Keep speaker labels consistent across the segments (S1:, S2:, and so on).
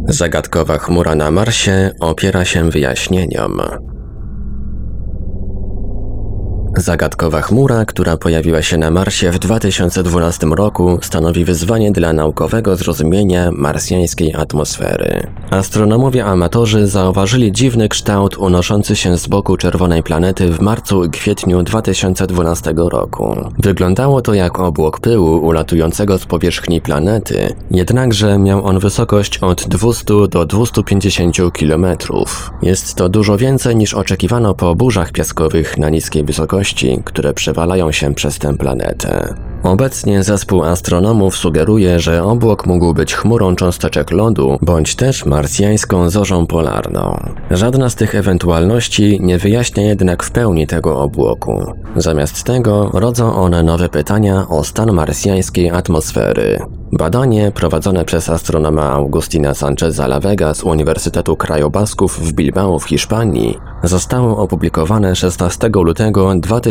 S1: Zagadkowa chmura na Marsie opiera się wyjaśnieniom. Zagadkowa chmura, która pojawiła się na Marsie w 2012 roku, stanowi wyzwanie dla naukowego zrozumienia marsjańskiej atmosfery. Astronomowie amatorzy zauważyli dziwny kształt unoszący się z boku czerwonej planety w marcu i kwietniu 2012 roku. Wyglądało to jak obłok pyłu ulatującego z powierzchni planety, jednakże miał on wysokość od 200 do 250 km. Jest to dużo więcej niż oczekiwano po burzach piaskowych na niskiej wysokości, które przewalają się przez tę planetę. Obecnie zespół astronomów sugeruje, że obłok mógł być chmurą cząsteczek lodu, bądź też marsjańską zorzą polarną. Żadna z tych ewentualności nie wyjaśnia jednak w pełni tego obłoku. Zamiast tego rodzą one nowe pytania o stan marsjańskiej atmosfery. Badanie prowadzone przez astronoma Agustina Sancheza La Vega z Uniwersytetu Kraju Basków w Bilbao w Hiszpanii zostało opublikowane 16 lutego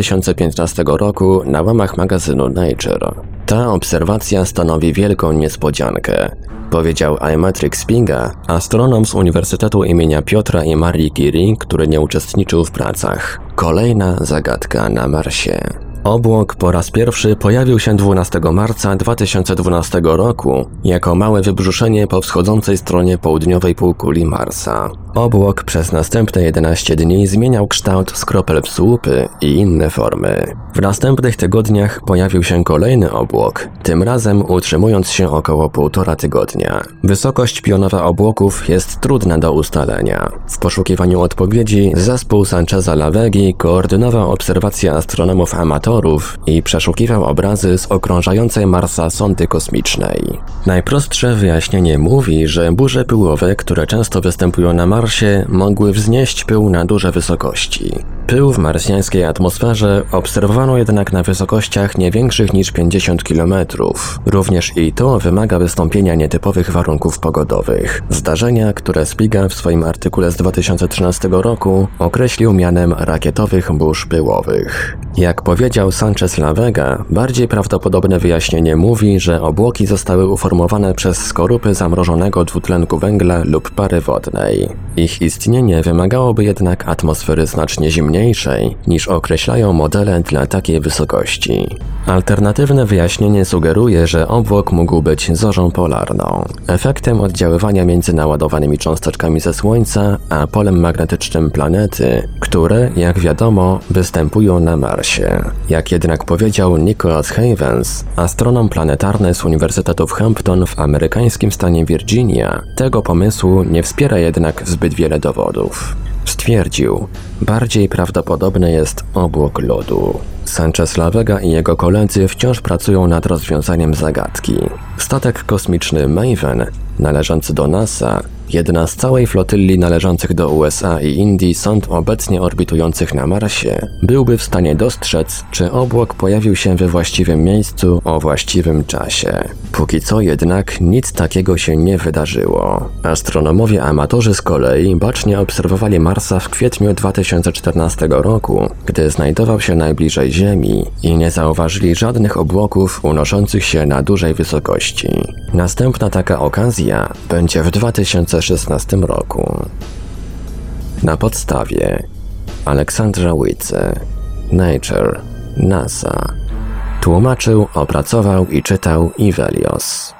S1: 2015 roku na łamach magazynu Nature. Ta obserwacja stanowi wielką niespodziankę, powiedział Aymatrik Spiga, astronom z Uniwersytetu imienia Piotra i Marii Curie, który nie uczestniczył w pracach. Kolejna zagadka na Marsie. Obłok po raz pierwszy pojawił się 12 marca 2012 roku jako małe wybrzuszenie po wschodzącej stronie południowej półkuli Marsa. Obłok przez następne 11 dni zmieniał kształt z kropel w słupy i inne formy. W następnych tygodniach pojawił się kolejny obłok, tym razem utrzymując się około 1,5 tygodnia. Wysokość pionowa obłoków jest trudna do ustalenia. W poszukiwaniu odpowiedzi zespół Sancheza La Vegi koordynował obserwacje astronomów amatorów i przeszukiwał obrazy z okrążającej Marsa sondy kosmicznej. Najprostsze wyjaśnienie mówi, że burze pyłowe, które często występują na Marsie, mogły wznieść pył na duże wysokości. Pył w marsjańskiej atmosferze obserwowano jednak na wysokościach nie większych niż 50 km. Również i to wymaga wystąpienia nietypowych warunków pogodowych. Zdarzenia, które Spiga w swoim artykule z 2013 roku określił mianem rakietowych burz pyłowych. Jak powiedział Sanchez La Vega, bardziej prawdopodobne wyjaśnienie mówi, że obłoki zostały uformowane przez skorupy zamrożonego dwutlenku węgla lub pary wodnej. Ich istnienie wymagałoby jednak atmosfery znacznie zimniejszej, niż określają modele dla takiej wysokości. Alternatywne wyjaśnienie sugeruje, że obłok mógł być zorzą polarną, efektem oddziaływania między naładowanymi cząsteczkami ze Słońca a polem magnetycznym planety, które, jak wiadomo, występują na Marsie. Jak jednak powiedział Nicholas Havens, astronom planetarny z Uniwersytetu w Hampton w amerykańskim stanie Virginia, tego pomysłu nie wspiera jednak zbyt wiele dowodów. Stwierdził, bardziej prawdopodobny jest obłok lodu. Sanchez La Vega i jego koledzy wciąż pracują nad rozwiązaniem zagadki. Statek kosmiczny Maven, należący do NASA, jedna z całej flotylli należących do USA i Indii sond obecnie orbitujących na Marsie, byłby w stanie dostrzec, czy obłok pojawił się we właściwym miejscu o właściwym czasie. Póki co jednak nic takiego się nie wydarzyło. Astronomowie amatorzy z kolei bacznie obserwowali Marsa w kwietniu 2014 roku, gdy znajdował się najbliżej Ziemi i nie zauważyli żadnych obłoków unoszących się na dużej wysokości. Następna taka okazja będzie w 2016 roku. Na podstawie Aleksandra Wice, Nature, NASA. Tłumaczył, opracował i czytał Ivelios.